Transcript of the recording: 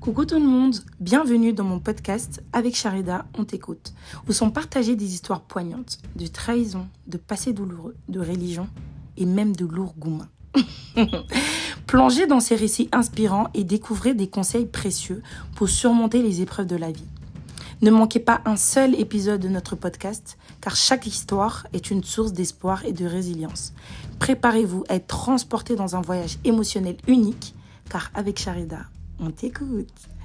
Coucou tout le monde, bienvenue dans mon podcast Avec Charida, on t'écoute, où sont partagées des histoires poignantes, de trahison, de passé douloureux, de religion et même de lourds gourmands. Plongez dans ces récits inspirants et découvrez des conseils précieux pour surmonter les épreuves de la vie. Ne manquez pas un seul épisode de notre podcast, car chaque histoire est une source d'espoir et de résilience. Préparez-vous à être transporté dans un voyage émotionnel unique, car avec Charida, on t'écoute.